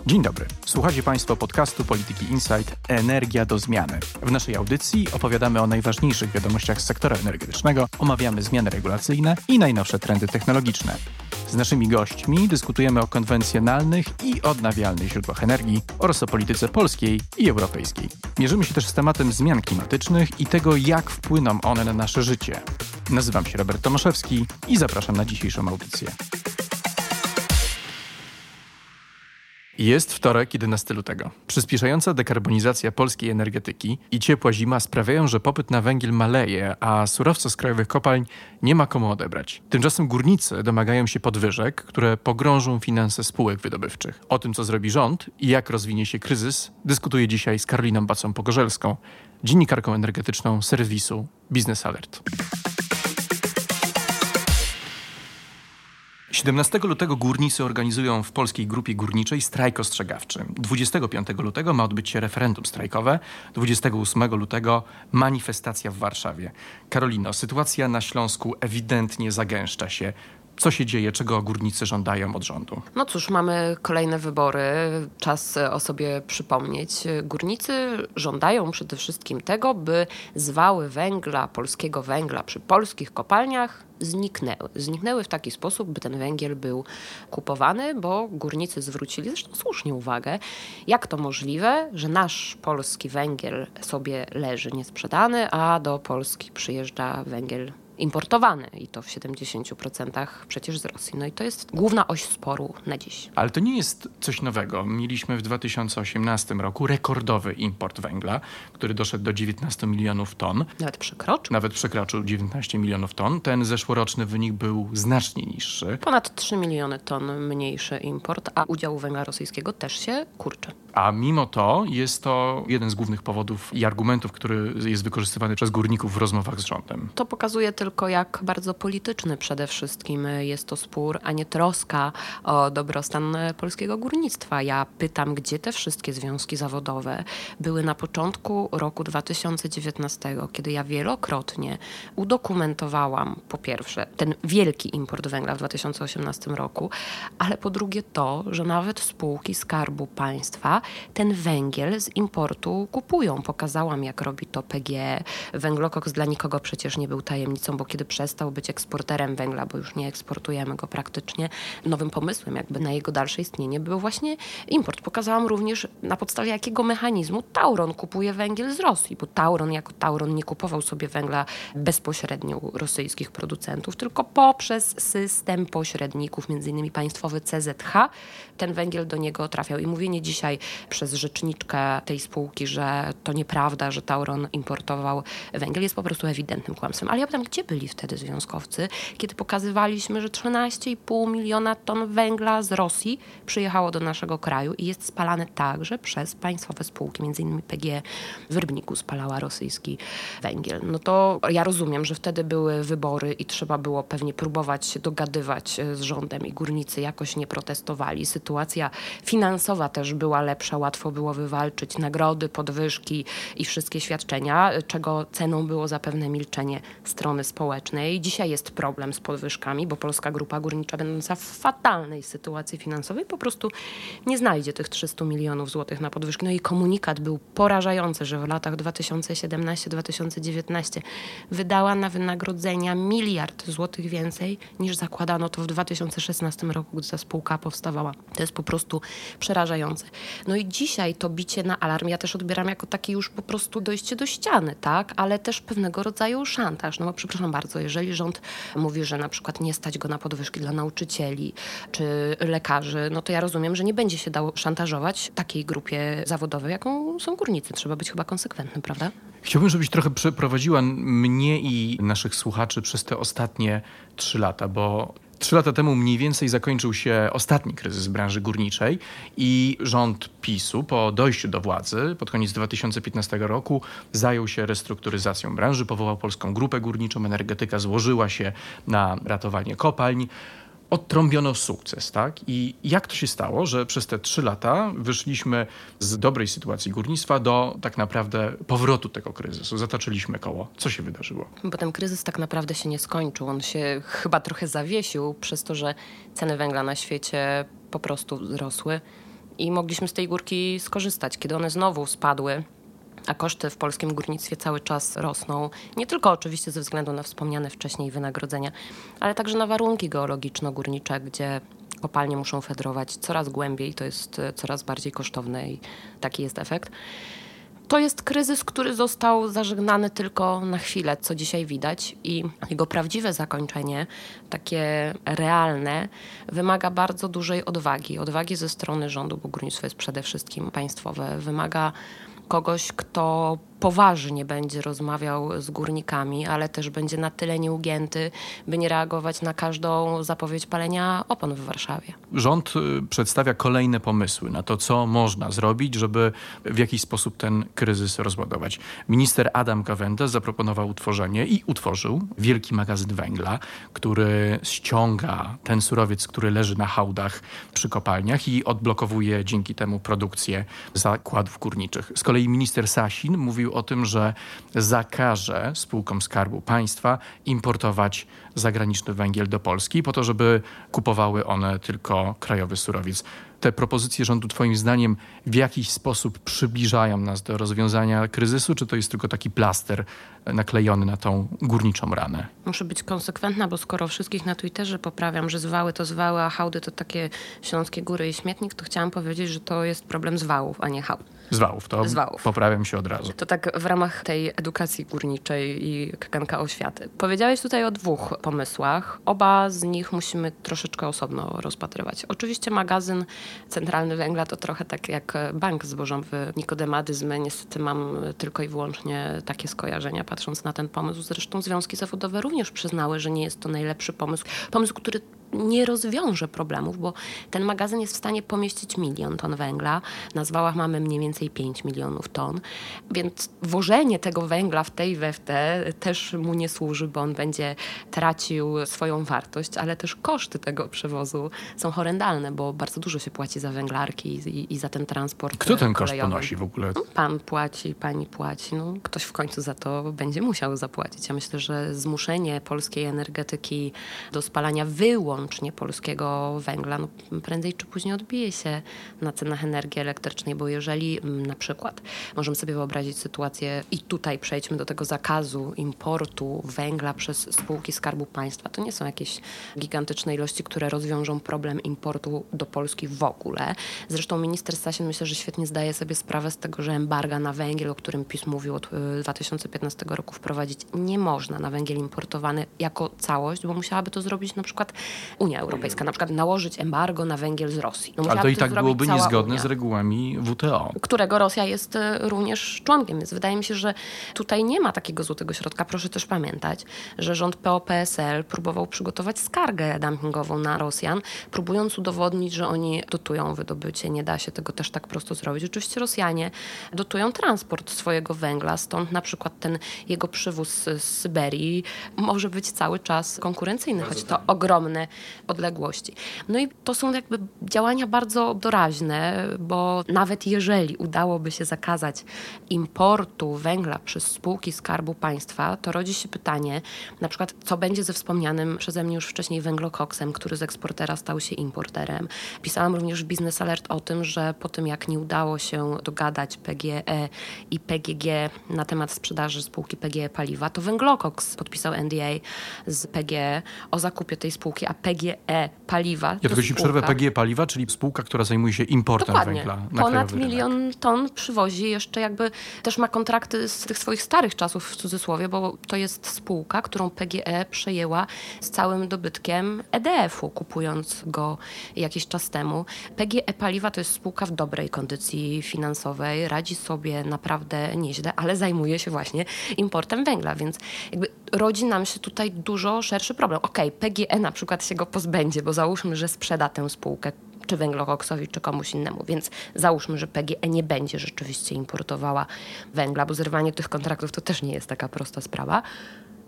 Dzień dobry. Słuchacie Państwo podcastu Polityki Insight Energia do zmiany. W naszej audycji opowiadamy o najważniejszych wiadomościach z sektora energetycznego, omawiamy zmiany regulacyjne i najnowsze trendy technologiczne. Z naszymi gośćmi dyskutujemy o konwencjonalnych i odnawialnych źródłach energii oraz o polityce polskiej i europejskiej. Mierzymy się też z tematem zmian klimatycznych i tego, jak wpłyną one na nasze życie. Nazywam się Robert Tomaszewski i zapraszam na dzisiejszą audycję. Jest wtorek, 11 lutego. Przyspieszająca dekarbonizacja polskiej energetyki i ciepła zima sprawiają, że popyt na węgiel maleje, a surowce z krajowych kopalń nie ma komu odebrać. Tymczasem górnicy domagają się podwyżek, które pogrążą finanse spółek wydobywczych. O tym, co zrobi rząd i jak rozwinie się kryzys, dyskutuję dzisiaj z Karoliną Bacą-Pogorzelską, dziennikarką energetyczną serwisu Business Alert. 17 lutego górnicy organizują w Polskiej Grupie Górniczej strajk ostrzegawczy. 25 lutego ma odbyć się referendum strajkowe, 28 lutego manifestacja w Warszawie. Karolino, sytuacja na Śląsku ewidentnie zagęszcza się. Co się dzieje, czego górnicy żądają od rządu? No cóż, mamy kolejne wybory, czas o sobie przypomnieć. Górnicy żądają przede wszystkim tego, by zwały węgla, polskiego węgla przy polskich kopalniach zniknęły. Zniknęły w taki sposób, by ten węgiel był kupowany, bo górnicy zwrócili zresztą słusznie uwagę, jak to możliwe, że nasz polski węgiel sobie leży niesprzedany, a do Polski przyjeżdża węgiel importowany i to w 70% przecież z Rosji. No i to jest główna oś sporu na dziś. Ale to nie jest coś nowego. Mieliśmy w 2018 roku rekordowy import węgla, który doszedł do 19 milionów ton. Nawet przekroczył 19 milionów ton. Ten zeszłoroczny wynik był znacznie niższy. Ponad 3 miliony ton mniejszy import, a udział węgla rosyjskiego też się kurczy. A mimo to jest to jeden z głównych powodów i argumentów, który jest wykorzystywany przez górników w rozmowach z rządem. To pokazuje tylko, jak bardzo polityczny przede wszystkim jest to spór, a nie troska o dobrostan polskiego górnictwa. Ja pytam, gdzie te wszystkie związki zawodowe były na początku roku 2019, kiedy ja wielokrotnie udokumentowałam po pierwsze ten wielki import węgla w 2018 roku, ale po drugie to, że nawet spółki Skarbu Państwa ten węgiel z importu kupują. Pokazałam, jak robi to PGE. Węglokoks dla nikogo przecież nie był tajemnicą, bo kiedy przestał być eksporterem węgla, bo już nie eksportujemy go praktycznie, nowym pomysłem jakby na jego dalsze istnienie był właśnie import. Pokazałam również, na podstawie jakiego mechanizmu Tauron kupuje węgiel z Rosji, bo Tauron jako Tauron nie kupował sobie węgla bezpośrednio u rosyjskich producentów, tylko poprzez system pośredników, m.in. państwowy CZH, ten węgiel do niego trafiał. I mówienie dzisiaj przez rzeczniczkę tej spółki, że to nieprawda, że Tauron importował węgiel, jest po prostu ewidentnym kłamstwem. Ale ja pytam, gdzie byli wtedy związkowcy, kiedy pokazywaliśmy, że 13,5 miliona ton węgla z Rosji przyjechało do naszego kraju i jest spalane także przez państwowe spółki, m.in. PGE w Rybniku spalała rosyjski węgiel. No to ja rozumiem, że wtedy były wybory i trzeba było pewnie próbować się dogadywać z rządem i górnicy jakoś nie protestowali. Sytuacja finansowa też była lepsza, łatwo było wywalczyć nagrody, podwyżki i wszystkie świadczenia, czego ceną było zapewne milczenie strony społecznej. Dzisiaj jest problem z podwyżkami, bo Polska Grupa Górnicza, będąca w fatalnej sytuacji finansowej, po prostu nie znajdzie tych 300 milionów złotych na podwyżki. No i komunikat był porażający, że w latach 2017-2019 wydała na wynagrodzenia 1 miliard złotych więcej niż zakładano to w 2016 roku, gdy ta spółka powstawała. To jest po prostu przerażające. No i dzisiaj to bicie na alarm ja też odbieram jako takie już po prostu dojście do ściany, tak? Ale też pewnego rodzaju szantaż. No bo przepraszam bardzo, jeżeli rząd mówi, że na przykład nie stać go na podwyżki dla nauczycieli czy lekarzy, no to ja rozumiem, że nie będzie się dało szantażować takiej grupie zawodowej, jaką są górnicy. Trzeba być chyba konsekwentnym, prawda? Chciałbym, żebyś trochę przeprowadziła mnie i naszych słuchaczy przez te ostatnie 3 lata, bo 3 lata temu mniej więcej zakończył się ostatni kryzys branży górniczej i rząd PiS-u po dojściu do władzy pod koniec 2015 roku zajął się restrukturyzacją branży, powołał Polską Grupę Górniczą, energetyka złożyła się na ratowanie kopalń. Odtrąbiono sukces, tak? I jak to się stało, że przez te 3 lata wyszliśmy z dobrej sytuacji górnictwa do tak naprawdę powrotu tego kryzysu? Zatoczyliśmy koło. Co się wydarzyło? Bo ten kryzys tak naprawdę się nie skończył. On się chyba trochę zawiesił przez to, że ceny węgla na świecie po prostu wzrosły. i mogliśmy z tej górki skorzystać. Kiedy one znowu spadły, a koszty w polskim górnictwie cały czas rosną, nie tylko oczywiście ze względu na wspomniane wcześniej wynagrodzenia, ale także na warunki geologiczno-górnicze, gdzie kopalnie muszą fedrować coraz głębiej, to jest coraz bardziej kosztowne i taki jest efekt. To jest kryzys, który został zażegnany tylko na chwilę, co dzisiaj widać, i jego prawdziwe zakończenie, takie realne, wymaga bardzo dużej odwagi. Odwagi ze strony rządu, bo górnictwo jest przede wszystkim państwowe. Wymaga kogoś, kto poważnie będzie rozmawiał z górnikami, ale też będzie na tyle nieugięty, by nie reagować na każdą zapowiedź palenia opon w Warszawie. Rząd przedstawia kolejne pomysły na to, co można zrobić, żeby w jakiś sposób ten kryzys rozładować. Minister Adam Gawęda zaproponował utworzenie i utworzył wielki magazyn węgla, który ściąga ten surowiec, który leży na hałdach przy kopalniach i odblokowuje dzięki temu produkcję zakładów górniczych. Z kolei minister Sasin mówił o tym, że zakaże spółkom Skarbu Państwa importować zagraniczny węgiel do Polski po to, żeby kupowały one tylko krajowy surowiec. Te propozycje rządu twoim zdaniem w jakiś sposób przybliżają nas do rozwiązania kryzysu, czy to jest tylko taki plaster naklejony na tą górniczą ranę? Muszę być konsekwentna, bo skoro wszystkich na Twitterze poprawiam, że zwały to zwały, a hałdy to takie śląskie góry i śmietnik, to chciałam powiedzieć, że to jest problem zwałów, a nie hałd. Zwałów, to zwałów. Poprawiam się od razu. To tak w ramach tej edukacji górniczej i kaganka oświaty. Powiedziałeś tutaj o dwóch pomysłach. Oba z nich musimy troszeczkę osobno rozpatrywać. Oczywiście magazyn centralny węgla to trochę tak jak bank zbożowy, nikodemadyzm. Niestety mam tylko i wyłącznie takie skojarzenia, patrząc na ten pomysł. Zresztą związki zawodowe również przyznały, że nie jest to najlepszy pomysł. Pomysł, który nie rozwiąże problemów, bo ten magazyn jest w stanie pomieścić 1 000 000 ton węgla. Na zwałach mamy mniej więcej 5 milionów ton, więc wożenie tego węgla w tej i we w te też mu nie służy, bo on będzie tracił swoją wartość, ale też koszty tego przewozu są horrendalne, bo bardzo dużo się płaci za węglarki i za ten transport. Kto ten koszt kolejowy ponosi w ogóle? Pan płaci, pani płaci. No, ktoś w końcu za to będzie musiał zapłacić. Ja myślę, że zmuszenie polskiej energetyki do spalania wyłącznie polskiego węgla, no, prędzej czy później odbije się na cenach energii elektrycznej, bo jeżeli na przykład możemy sobie wyobrazić sytuację i tutaj przejdźmy do tego zakazu importu węgla przez spółki Skarbu Państwa, to nie są jakieś gigantyczne ilości, które rozwiążą problem importu do Polski w ogóle. Zresztą minister Sasin myślę, że świetnie zdaje sobie sprawę z tego, że embarga na węgiel, o którym PiS mówił od 2015 roku, wprowadzić nie można na węgiel importowany jako całość, bo musiałaby to zrobić na przykład Unia Europejska, na przykład nałożyć embargo na węgiel z Rosji. No, ale to i tak byłoby niezgodne z regułami WTO. Którego Rosja jest również członkiem, więc wydaje mi się, że tutaj nie ma takiego złotego środka. Proszę też pamiętać, że rząd PO-PSL próbował przygotować skargę dumpingową na Rosjan, próbując udowodnić, że oni dotują wydobycie. Nie da się tego też tak prosto zrobić. Oczywiście Rosjanie dotują transport swojego węgla, stąd na przykład ten jego przywóz z Syberii może być cały czas konkurencyjny, choć to ogromne odległości. No i to są jakby działania bardzo doraźne, bo nawet jeżeli udałoby się zakazać importu węgla przez spółki Skarbu Państwa, to rodzi się pytanie, na przykład co będzie ze wspomnianym przeze mnie już wcześniej węglokoksem, który z eksportera stał się importerem. Pisałam również w Business Alert o tym, że po tym jak nie udało się dogadać PGE i PGG na temat sprzedaży spółki PGE Paliwa, to węglokoks podpisał NDA z PGE o zakupie tej spółki, a PGE Paliwa Ja tylko ci przerwę. PGE Paliwa, czyli spółka, która zajmuje się importem węgla na ponad krajowy 1 000 000 rynek. ton przywozi, jeszcze jakby też ma kontrakty z tych swoich starych czasów w cudzysłowie, bo to jest spółka, którą PGE przejęła z całym dobytkiem EDF-u, kupując go jakiś czas temu. PGE Paliwa to jest spółka w dobrej kondycji finansowej, radzi sobie naprawdę nieźle, ale zajmuje się właśnie importem węgla, więc jakby rodzi nam się tutaj dużo szerszy problem. Okej, PGE na przykład się go pozbędzie, bo załóżmy, że sprzeda tę spółkę czy węglokoksowi, czy komuś innemu. Więc załóżmy, że PGE nie będzie rzeczywiście importowała węgla, bo zerwanie tych kontraktów to też nie jest taka prosta sprawa.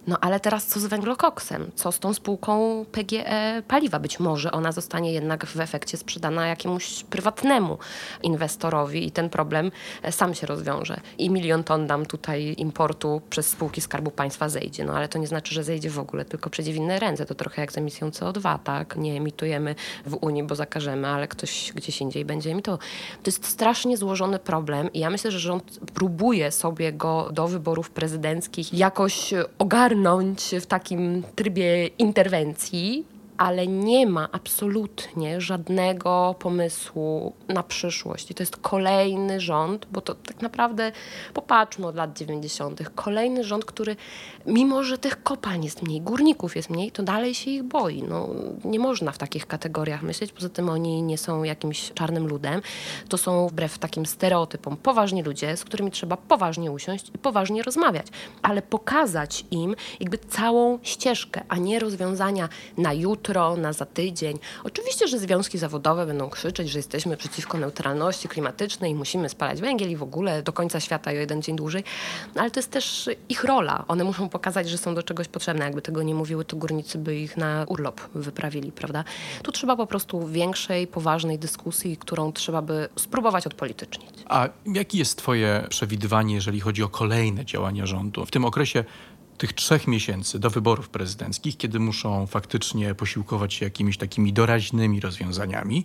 No ale teraz co z węglokoksem? Co z tą spółką PGE Paliwa? Być może ona zostanie jednak w efekcie sprzedana jakiemuś prywatnemu inwestorowi i ten problem sam się rozwiąże. I 1 milion ton nam tutaj importu przez spółki Skarbu Państwa zejdzie. No ale to nie znaczy, że zejdzie w ogóle, tylko przejdzie w inne ręce. To trochę jak z emisją CO2, tak? Nie emitujemy w Unii, bo zakażemy, ale ktoś gdzieś indziej będzie emitował. To jest strasznie złożony problem i ja myślę, że rząd próbuje sobie go do wyborów prezydenckich jakoś ogarnąć w takim trybie interwencji, ale nie ma absolutnie żadnego pomysłu na przyszłość. I to jest kolejny rząd, bo to tak naprawdę, popatrzmy od lat 90., kolejny rząd, który mimo, że tych kopalń jest mniej, górników jest mniej, to dalej się ich boi. No, nie można w takich kategoriach myśleć, poza tym oni nie są jakimś czarnym ludem. To są wbrew takim stereotypom poważni ludzie, z którymi trzeba poważnie usiąść i poważnie rozmawiać, ale pokazać im jakby całą ścieżkę, a nie rozwiązania na jutro, na za tydzień. Oczywiście, że związki zawodowe będą krzyczeć, że jesteśmy przeciwko neutralności klimatycznej i musimy spalać węgiel i w ogóle do końca świata i o 1 dzień dłużej, no, ale to jest też ich rola. One muszą pokazać, że są do czegoś potrzebne. Jakby tego nie mówiły, to górnicy by ich na urlop wyprawili, prawda? Tu trzeba po prostu większej, poważnej dyskusji, którą trzeba by spróbować odpolitycznić. A jakie jest twoje przewidywanie, jeżeli chodzi o kolejne działania rządu? W tym okresie tych 3 miesięcy do wyborów prezydenckich, kiedy muszą faktycznie posiłkować się jakimiś takimi doraźnymi rozwiązaniami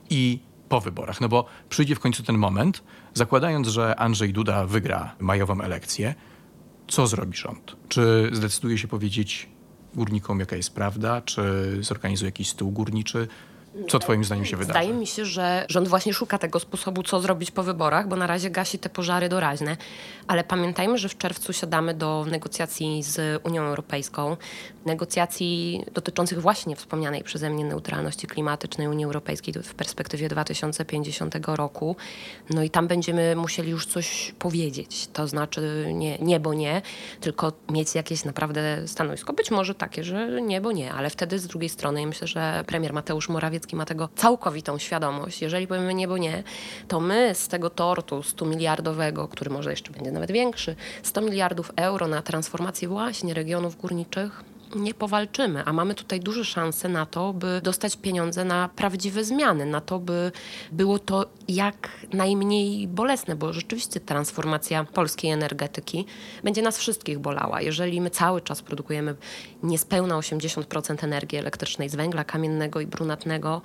i po wyborach. No bo przyjdzie w końcu ten moment, zakładając, że Andrzej Duda wygra majową elekcję, co zrobi rząd? Czy zdecyduje się powiedzieć górnikom, jaka jest prawda? Czy zorganizuje jakiś stół górniczy? Co twoim zdaniem się wydarzy? Wydaje mi się, że rząd właśnie szuka tego sposobu, co zrobić po wyborach, bo na razie gasi te pożary doraźne. Ale pamiętajmy, że w czerwcu siadamy do negocjacji z Unią Europejską. Negocjacji dotyczących właśnie wspomnianej przeze mnie neutralności klimatycznej Unii Europejskiej w perspektywie 2050 roku. No i tam będziemy musieli już coś powiedzieć. To znaczy nie, bo nie, tylko mieć jakieś naprawdę stanowisko. Być może takie, że nie, bo nie, ale wtedy z drugiej strony myślę, że premier Mateusz Morawiecki ma tego całkowitą świadomość. Jeżeli powiemy nie, bo nie, to my z tego tortu 100 miliardowego, który może jeszcze będzie nawet większy, 100 miliardów euro na transformację właśnie regionów górniczych nie powalczymy, a mamy tutaj duże szanse na to, by dostać pieniądze na prawdziwe zmiany, na to, by było to jak najmniej bolesne, bo rzeczywiście transformacja polskiej energetyki będzie nas wszystkich bolała. Jeżeli my cały czas produkujemy niespełna 80% energii elektrycznej z węgla kamiennego i brunatnego,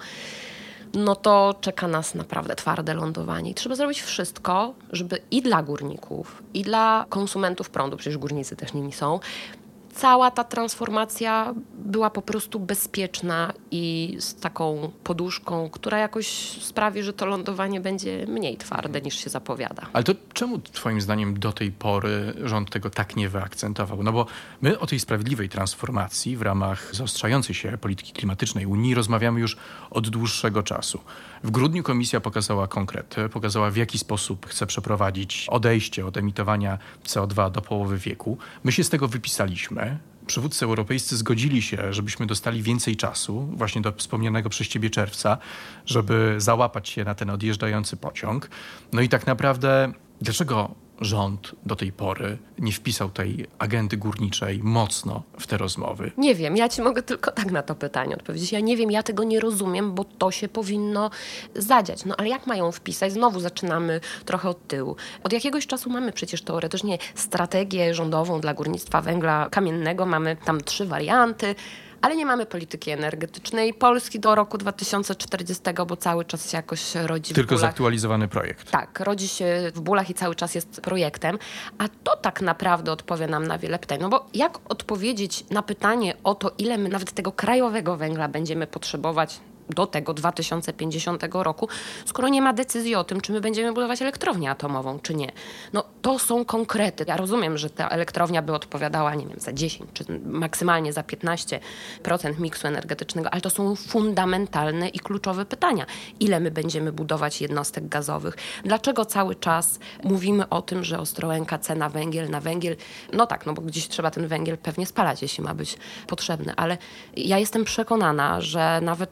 no to czeka nas naprawdę twarde lądowanie. I trzeba zrobić wszystko, żeby i dla górników, i dla konsumentów prądu, przecież górnicy też nimi są, cała ta transformacja była po prostu bezpieczna i z taką poduszką, która jakoś sprawi, że to lądowanie będzie mniej twarde niż się zapowiada. Ale to czemu twoim zdaniem do tej pory rząd tego tak nie wyakcentował? No bo my o tej sprawiedliwej transformacji w ramach zaostrzającej się polityki klimatycznej Unii rozmawiamy już od dłuższego czasu. W grudniu Komisja pokazała konkrety, pokazała w jaki sposób chce przeprowadzić odejście od emitowania CO2 do połowy wieku. My się z tego wypisaliśmy. Przywódcy europejscy zgodzili się, żebyśmy dostali więcej czasu, właśnie do wspomnianego przez ciebie czerwca, żeby załapać się na ten odjeżdżający pociąg. No i tak naprawdę, dlaczego rząd do tej pory nie wpisał tej agendy górniczej mocno w te rozmowy? Nie wiem, ja ci mogę tylko tak na to pytanie odpowiedzieć. Ja nie wiem, ja tego nie rozumiem, bo to się powinno zadziać. No ale jak mają wpisać? Znowu zaczynamy trochę od tyłu. Od jakiegoś czasu mamy przecież teoretycznie strategię rządową dla górnictwa węgla kamiennego. Mamy tam 3 warianty. Ale nie mamy polityki energetycznej Polski do roku 2040, bo cały czas się jakoś rodzi w Tylko bólach. zaktualizowany projekt. Tak, rodzi się w bólach i cały czas jest projektem, a to tak naprawdę odpowie nam na wiele pytań. No bo jak odpowiedzieć na pytanie o to, ile my nawet tego krajowego węgla będziemy potrzebować do tego 2050 roku, skoro nie ma decyzji o tym, czy my będziemy budować elektrownię atomową, czy nie. No to są konkrety. Ja rozumiem, że ta elektrownia by odpowiadała, nie wiem, za 10 czy maksymalnie za 15% miksu energetycznego, ale to są fundamentalne i kluczowe pytania. Ile my będziemy budować jednostek gazowych? Dlaczego cały czas mówimy o tym, że Ostrołęka cena na węgiel? No tak, no bo gdzieś trzeba ten węgiel pewnie spalać, jeśli ma być potrzebny, ale ja jestem przekonana, że nawet rozmawiając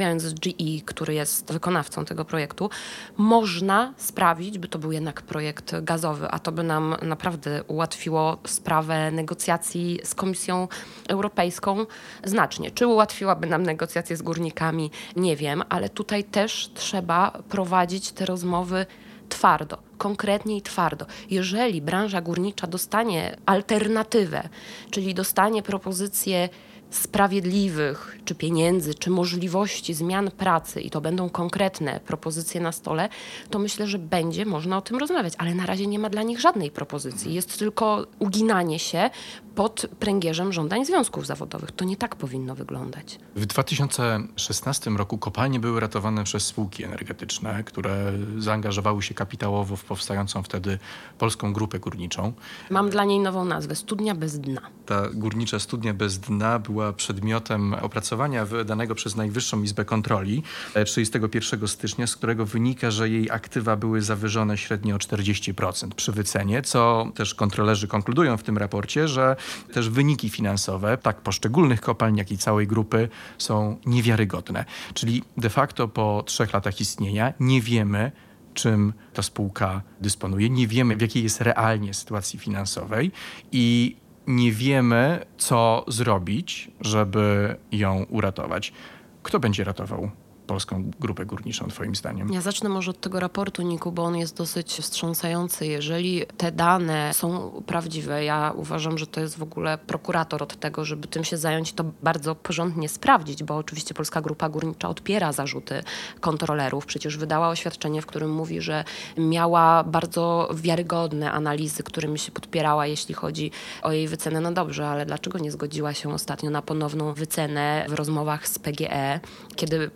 rozmawiając z GE, który jest wykonawcą tego projektu, można sprawić, by to był jednak projekt gazowy, a to by nam naprawdę ułatwiło sprawę negocjacji z Komisją Europejską znacznie. Czy ułatwiłaby nam negocjacje z górnikami? Nie wiem, ale tutaj też trzeba prowadzić te rozmowy twardo, konkretnie i twardo. Jeżeli branża górnicza dostanie alternatywę, czyli dostanie propozycję sprawiedliwych, czy pieniędzy, czy możliwości zmian pracy i to będą konkretne propozycje na stole, to myślę, że będzie można o tym rozmawiać, ale na razie nie ma dla nich żadnej propozycji. Jest tylko uginanie się pod pręgierzem żądań związków zawodowych. To nie tak powinno wyglądać. W 2016 roku kopalnie były ratowane przez spółki energetyczne, które zaangażowały się kapitałowo w powstającą wtedy Polską Grupę Górniczą. Mam dla niej nową nazwę. Studnia bez dna. Ta górnicza studnia bez dna była przedmiotem opracowania wydanego przez Najwyższą Izbę Kontroli 31 stycznia, z którego wynika, że jej aktywa były zawyżone średnio o 40% przy wycenie, co też kontrolerzy konkludują w tym raporcie, że też wyniki finansowe, tak poszczególnych kopalń, jak i całej grupy, są niewiarygodne. Czyli de facto po 3 latach istnienia nie wiemy, czym ta spółka dysponuje, nie wiemy, w jakiej jest realnie sytuacji finansowej i nie wiemy, co zrobić, żeby ją uratować. Kto będzie ratował Polską Grupę Górniczą, twoim zdaniem? Ja zacznę może od tego raportu, Niku, bo on jest dosyć wstrząsający. Jeżeli te dane są prawdziwe, ja uważam, że to jest w ogóle prokurator od tego, żeby tym się zająć i to bardzo porządnie sprawdzić, bo oczywiście Polska Grupa Górnicza odpiera zarzuty kontrolerów. Przecież wydała oświadczenie, w którym mówi, że miała bardzo wiarygodne analizy, którymi się podpierała, jeśli chodzi o jej wycenę. No dobrze, ale dlaczego nie zgodziła się ostatnio na ponowną wycenę w rozmowach z PGE, kiedy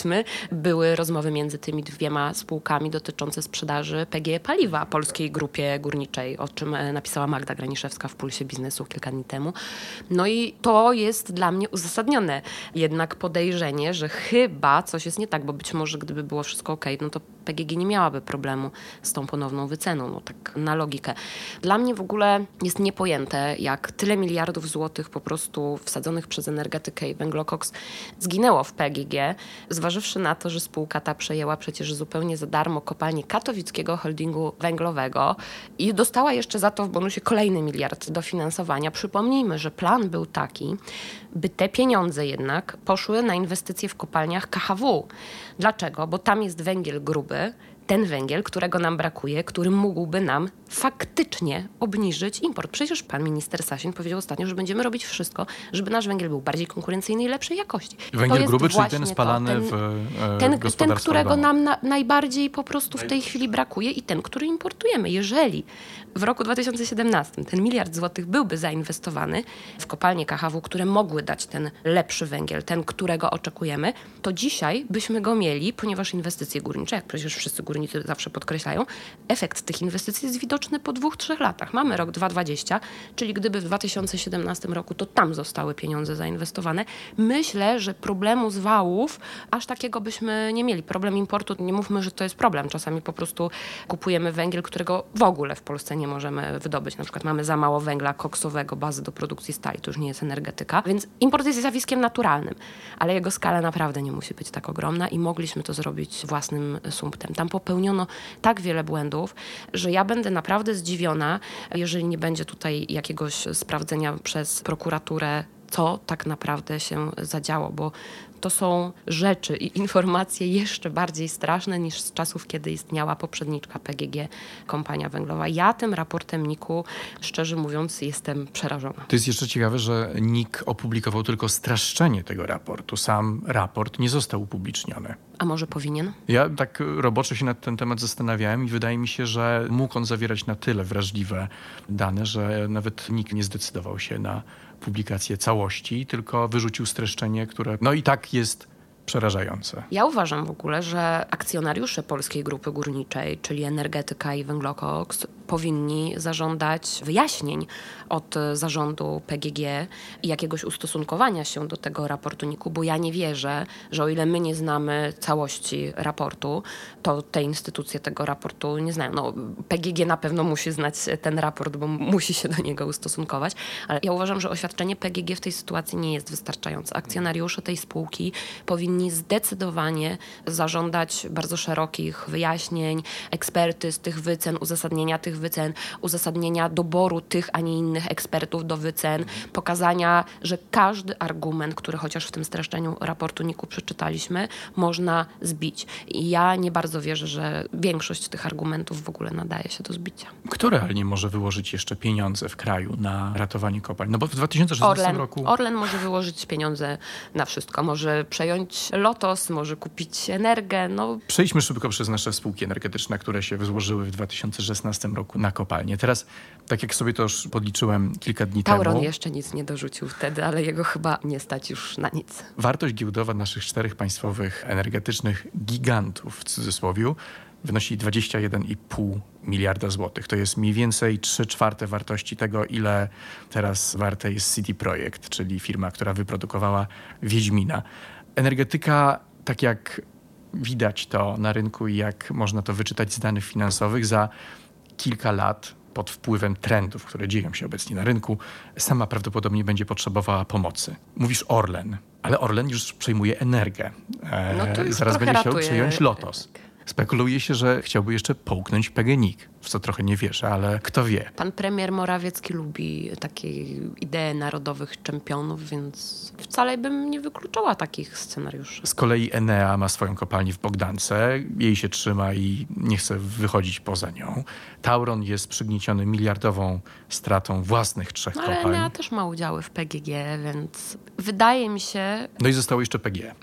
były rozmowy między tymi dwiema spółkami dotyczące sprzedaży PGE Paliwa Polskiej Grupie Górniczej, o czym napisała Magda Graniszewska w Pulsie Biznesu kilka dni temu. No i to jest dla mnie uzasadnione jednak podejrzenie, że chyba coś jest nie tak, bo być może gdyby było wszystko okej, no to PGG nie miałaby problemu z tą ponowną wyceną, no tak na logikę. Dla mnie w ogóle jest niepojęte, jak tyle miliardów złotych po prostu wsadzonych przez energetykę i węglokoks zginęło w PGG, zważywszy na to, że spółka ta przejęła przecież zupełnie za darmo kopalnię Katowickiego Holdingu Węglowego i dostała jeszcze za to w bonusie kolejny miliard dofinansowania. Przypomnijmy, że plan był taki, by te pieniądze jednak poszły na inwestycje w kopalniach KHW. Dlaczego? Bo tam jest węgiel gruby, ten węgiel, którego nam brakuje, który mógłby nam faktycznie obniżyć import. Przecież pan minister Sasin powiedział ostatnio, że będziemy robić wszystko, żeby nasz węgiel był bardziej konkurencyjny i lepszej jakości. Węgiel gruby, czyli ten spalany w gospodarstwach ten, którego nam najbardziej po prostu w tej chwili brakuje i ten, który importujemy. Jeżeli w roku 2017 ten miliard złotych byłby zainwestowany w kopalnie KHW, które mogły dać ten lepszy węgiel, ten, którego oczekujemy, to dzisiaj byśmy go mieli, ponieważ inwestycje górnicze, jak przecież wszyscy górnicy zawsze podkreślają, efekt tych inwestycji jest widoczny po 2-3 latach. Mamy rok 2020, czyli gdyby w 2017 roku to tam zostały pieniądze zainwestowane, myślę, że problemu z wałów aż takiego byśmy nie mieli. Problem importu, nie mówmy, że to jest problem. Czasami po prostu kupujemy węgiel, którego w ogóle w Polsce nie możemy wydobyć. Na przykład mamy za mało węgla koksowego, bazy do produkcji stali, to już nie jest energetyka. Więc import jest zjawiskiem naturalnym, ale jego skala naprawdę nie musi być tak ogromna i mogliśmy to zrobić własnym sumptem. Tam popełniono tak wiele błędów, że ja będę naprawdę zdziwiona, jeżeli nie będzie tutaj jakiegoś sprawdzenia przez prokuraturę, co tak naprawdę się zadziało, bo to są rzeczy i informacje jeszcze bardziej straszne niż z czasów, kiedy istniała poprzedniczka PGG, Kompania Węglowa. Ja tym raportem NIK-u, szczerze mówiąc, jestem przerażona. To jest jeszcze ciekawe, że NIK opublikował tylko streszczenie tego raportu. Sam raport nie został upubliczniony. A może powinien? Ja tak roboczo się nad ten temat zastanawiałem i wydaje mi się, że mógł on zawierać na tyle wrażliwe dane, że nawet NIK nie zdecydował się na publikację całości, tylko wyrzucił streszczenie, które no i tak jest przerażające. Ja uważam w ogóle, że akcjonariusze Polskiej Grupy Górniczej, czyli Energetyka i Węglokoks, powinni zażądać wyjaśnień od zarządu PGG i jakiegoś ustosunkowania się do tego raportu NIK-u, bo ja nie wierzę, że o ile my nie znamy całości raportu, to te instytucje tego raportu nie znają. No, PGG na pewno musi znać ten raport, bo musi się do niego ustosunkować, ale ja uważam, że oświadczenie PGG w tej sytuacji nie jest wystarczające. Akcjonariusze tej spółki powinni zdecydowanie zażądać bardzo szerokich wyjaśnień, ekspertyz tych wycen, uzasadnienia tych wycen, uzasadnienia doboru tych, a nie innych ekspertów do wycen, pokazania, że każdy argument, który chociaż w tym streszczeniu raportu NIK-u przeczytaliśmy, można zbić. I ja nie bardzo wierzę, że większość tych argumentów w ogóle nadaje się do zbicia. Kto realnie może wyłożyć jeszcze pieniądze w kraju na ratowanie kopalń? No bo w 2016 roku... Orlen może wyłożyć pieniądze na wszystko. Może przejąć Lotos, może kupić Energę. No. Przejdźmy szybko przez nasze spółki energetyczne, które się złożyły w 2016 roku na kopalnie. Teraz, tak jak sobie to już podliczyłem kilka dni temu... Tauron jeszcze nic nie dorzucił wtedy, ale jego chyba nie stać już na nic. Wartość giełdowa naszych 4 państwowych energetycznych gigantów, w cudzysłowie, wynosi 21,5 miliarda złotych. To jest mniej więcej 3/4 wartości tego, ile teraz warte jest CD Projekt, czyli firma, która wyprodukowała Wiedźmina. Energetyka, tak jak widać to na rynku i jak można to wyczytać z danych finansowych, za kilka lat pod wpływem trendów, które dzieją się obecnie na rynku, sama prawdopodobnie będzie potrzebowała pomocy. Mówisz Orlen, ale Orlen już przejmuje Energę. No to już zaraz będzie chciał przejąć Lotos. rynek. Spekuluje się, że chciałby jeszcze połknąć PGNiG, w co trochę nie wierzę, ale kto wie. Pan premier Morawiecki lubi takie idee narodowych czempionów, więc wcale bym nie wykluczała takich scenariuszy. Z kolei Enea ma swoją kopalnię w Bogdance, jej się trzyma i nie chce wychodzić poza nią. Tauron jest przygnieciony miliardową stratą własnych 3 Ale kopalń. Enea też ma udziały w PGG, więc wydaje mi się, No i zostało jeszcze PGE.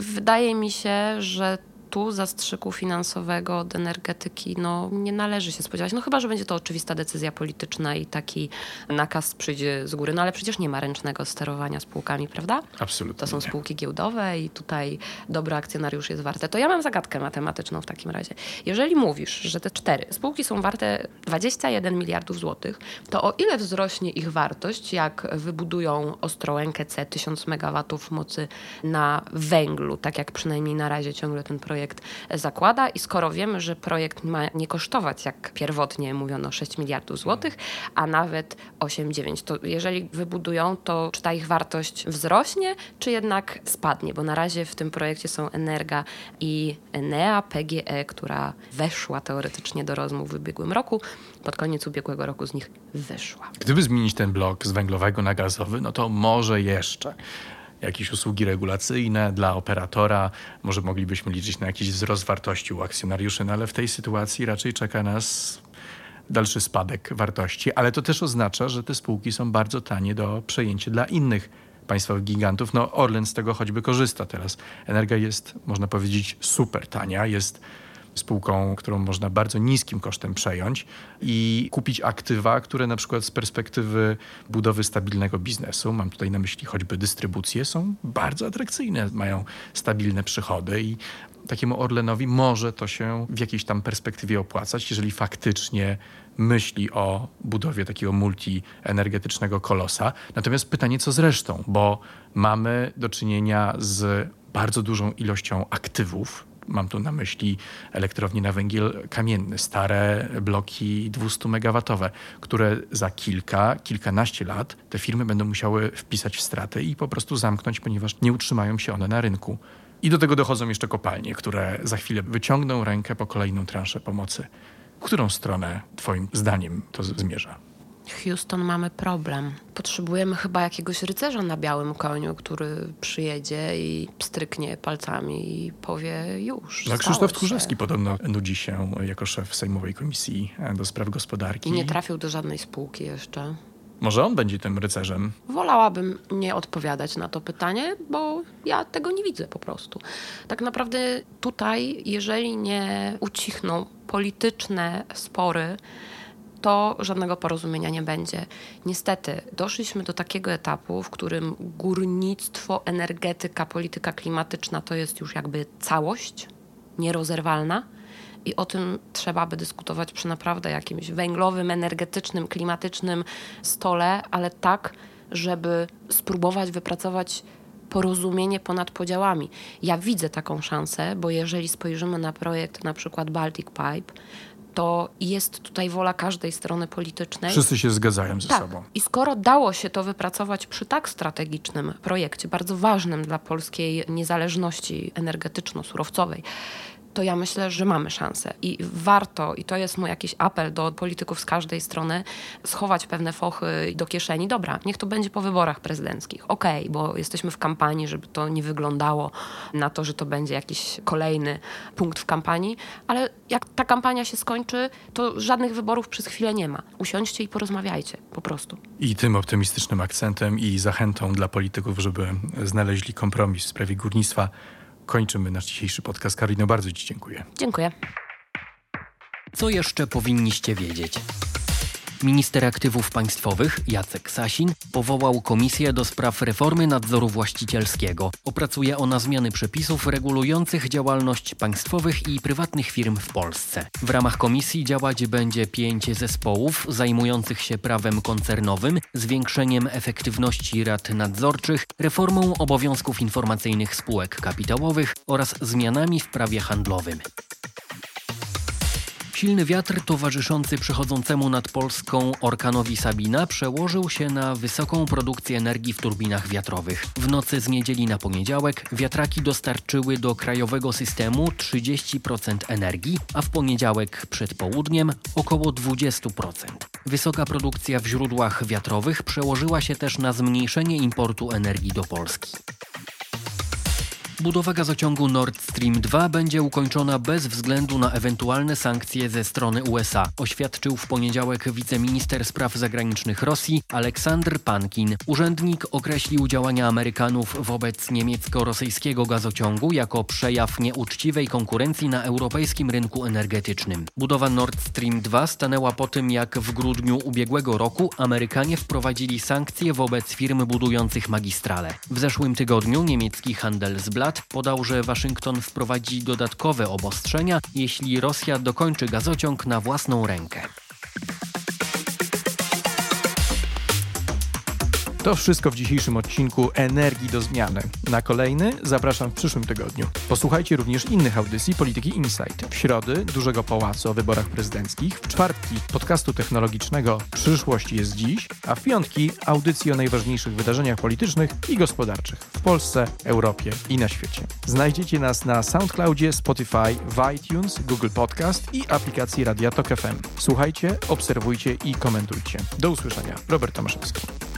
że tu zastrzyku finansowego od energetyki nie należy się spodziewać. No chyba, że będzie to oczywista decyzja polityczna i taki nakaz przyjdzie z góry. No ale przecież nie ma ręcznego sterowania spółkami, prawda? Absolutnie To są nie. spółki giełdowe i tutaj dobry akcjonariusz jest warte. To ja mam zagadkę matematyczną w takim razie. Jeżeli mówisz, że te 4 spółki są warte 21 miliardów złotych, to o ile wzrośnie ich wartość, jak wybudują Ostrołękę C 1000 megawatów mocy na węglu, tak jak przynajmniej na razie ciągle ten projekt zakłada i skoro wiemy, że projekt ma nie kosztować, jak pierwotnie mówiono, 6 miliardów złotych, a nawet 8-9, to jeżeli wybudują, to czy ta ich wartość wzrośnie, czy jednak spadnie? Bo na razie w tym projekcie są Energa i Enea, PGE, która weszła teoretycznie do rozmów w ubiegłym roku, pod koniec ubiegłego roku z nich wyszła. Gdyby zmienić ten blok z węglowego na gazowy, no to może jeszcze jakieś usługi regulacyjne dla operatora, może moglibyśmy liczyć na jakiś wzrost wartości u akcjonariuszy, no ale w tej sytuacji raczej czeka nas dalszy spadek wartości, ale to też oznacza, że te spółki są bardzo tanie do przejęcia dla innych państwowych gigantów. No Orlen z tego choćby korzysta teraz. Energa jest, można powiedzieć, super tania, jest spółką, którą można bardzo niskim kosztem przejąć i kupić aktywa, które na przykład z perspektywy budowy stabilnego biznesu, mam tutaj na myśli choćby dystrybucję, są bardzo atrakcyjne, mają stabilne przychody i takiemu Orlenowi może to się w jakiejś tam perspektywie opłacać, jeżeli faktycznie myśli o budowie takiego multienergetycznego kolosa. Natomiast pytanie, co z resztą, bo mamy do czynienia z bardzo dużą ilością aktywów. Mam tu na myśli elektrownie na węgiel kamienny, stare bloki 200-megawatowe, które za kilkanaście lat te firmy będą musiały wpisać w straty i po prostu zamknąć, ponieważ nie utrzymają się one na rynku. I do tego dochodzą jeszcze kopalnie, które za chwilę wyciągną rękę po kolejną transzę pomocy. W którą stronę twoim zdaniem to zmierza? Houston, mamy problem. Potrzebujemy chyba jakiegoś rycerza na białym koniu, który przyjedzie i pstryknie palcami i powie już. No, stało Krzysztof się. Tchórzewski podobno nudzi się jako szef Sejmowej Komisji do Spraw Gospodarki. I nie trafił do żadnej spółki jeszcze. Może on będzie tym rycerzem? Wolałabym nie odpowiadać na to pytanie, bo ja tego nie widzę po prostu. Tak naprawdę tutaj, jeżeli nie ucichną polityczne spory, to żadnego porozumienia nie będzie. Niestety doszliśmy do takiego etapu, w którym górnictwo, energetyka, polityka klimatyczna to jest już jakby całość nierozerwalna i o tym trzeba by dyskutować przy naprawdę jakimś węglowym, energetycznym, klimatycznym stole, ale tak, żeby spróbować wypracować porozumienie ponad podziałami. Ja widzę taką szansę, bo jeżeli spojrzymy na projekt na przykład Baltic Pipe, to jest tutaj wola każdej strony politycznej. Wszyscy się zgadzają ze sobą. I skoro dało się to wypracować przy tak strategicznym projekcie, bardzo ważnym dla polskiej niezależności energetyczno-surowcowej, to ja myślę, że mamy szansę i warto, i to jest mój jakiś apel do polityków z każdej strony, schować pewne fochy do kieszeni. Dobra, niech to będzie po wyborach prezydenckich. Okej, bo jesteśmy w kampanii, żeby to nie wyglądało na to, że to będzie jakiś kolejny punkt w kampanii, ale jak ta kampania się skończy, to żadnych wyborów przez chwilę nie ma. Usiądźcie i porozmawiajcie, po prostu. I tym optymistycznym akcentem i zachętą dla polityków, żeby znaleźli kompromis w sprawie górnictwa, kończymy nasz dzisiejszy podcast. Karolino, bardzo Ci dziękuję. Dziękuję. Co jeszcze powinniście wiedzieć? Minister Aktywów Państwowych Jacek Sasin powołał komisję do spraw reformy nadzoru właścicielskiego. Opracuje ona zmiany przepisów regulujących działalność państwowych i prywatnych firm w Polsce. W ramach komisji działać będzie 5 zespołów zajmujących się prawem koncernowym, zwiększeniem efektywności rad nadzorczych, reformą obowiązków informacyjnych spółek kapitałowych oraz zmianami w prawie handlowym. Silny wiatr towarzyszący przechodzącemu nad Polską orkanowi Sabina przełożył się na wysoką produkcję energii w turbinach wiatrowych. W nocy z niedzieli na poniedziałek wiatraki dostarczyły do krajowego systemu 30% energii, a w poniedziałek przed południem około 20%. Wysoka produkcja w źródłach wiatrowych przełożyła się też na zmniejszenie importu energii do Polski. Budowa gazociągu Nord Stream 2 będzie ukończona bez względu na ewentualne sankcje ze strony USA, oświadczył w poniedziałek wiceminister spraw zagranicznych Rosji Aleksandr Pankin. Urzędnik określił działania Amerykanów wobec niemiecko-rosyjskiego gazociągu jako przejaw nieuczciwej konkurencji na europejskim rynku energetycznym. Budowa Nord Stream 2 stanęła po tym, jak w grudniu ubiegłego roku Amerykanie wprowadzili sankcje wobec firm budujących magistrale. W zeszłym tygodniu niemiecki Handelsblatt podał, że Waszyngton wprowadzi dodatkowe obostrzenia, jeśli Rosja dokończy gazociąg na własną rękę. To wszystko w dzisiejszym odcinku Energii do Zmiany. Na kolejny zapraszam w przyszłym tygodniu. Posłuchajcie również innych audycji Polityki Insight. W środy Dużego Pałacu o wyborach prezydenckich, w czwartki podcastu technologicznego Przyszłość jest dziś, a w piątki audycji o najważniejszych wydarzeniach politycznych i gospodarczych w Polsce, Europie i na świecie. Znajdziecie nas na SoundCloudzie, Spotify, w iTunes, Google Podcast i aplikacji Radia Tok FM. Słuchajcie, obserwujcie i komentujcie. Do usłyszenia. Robert Tomaszewski.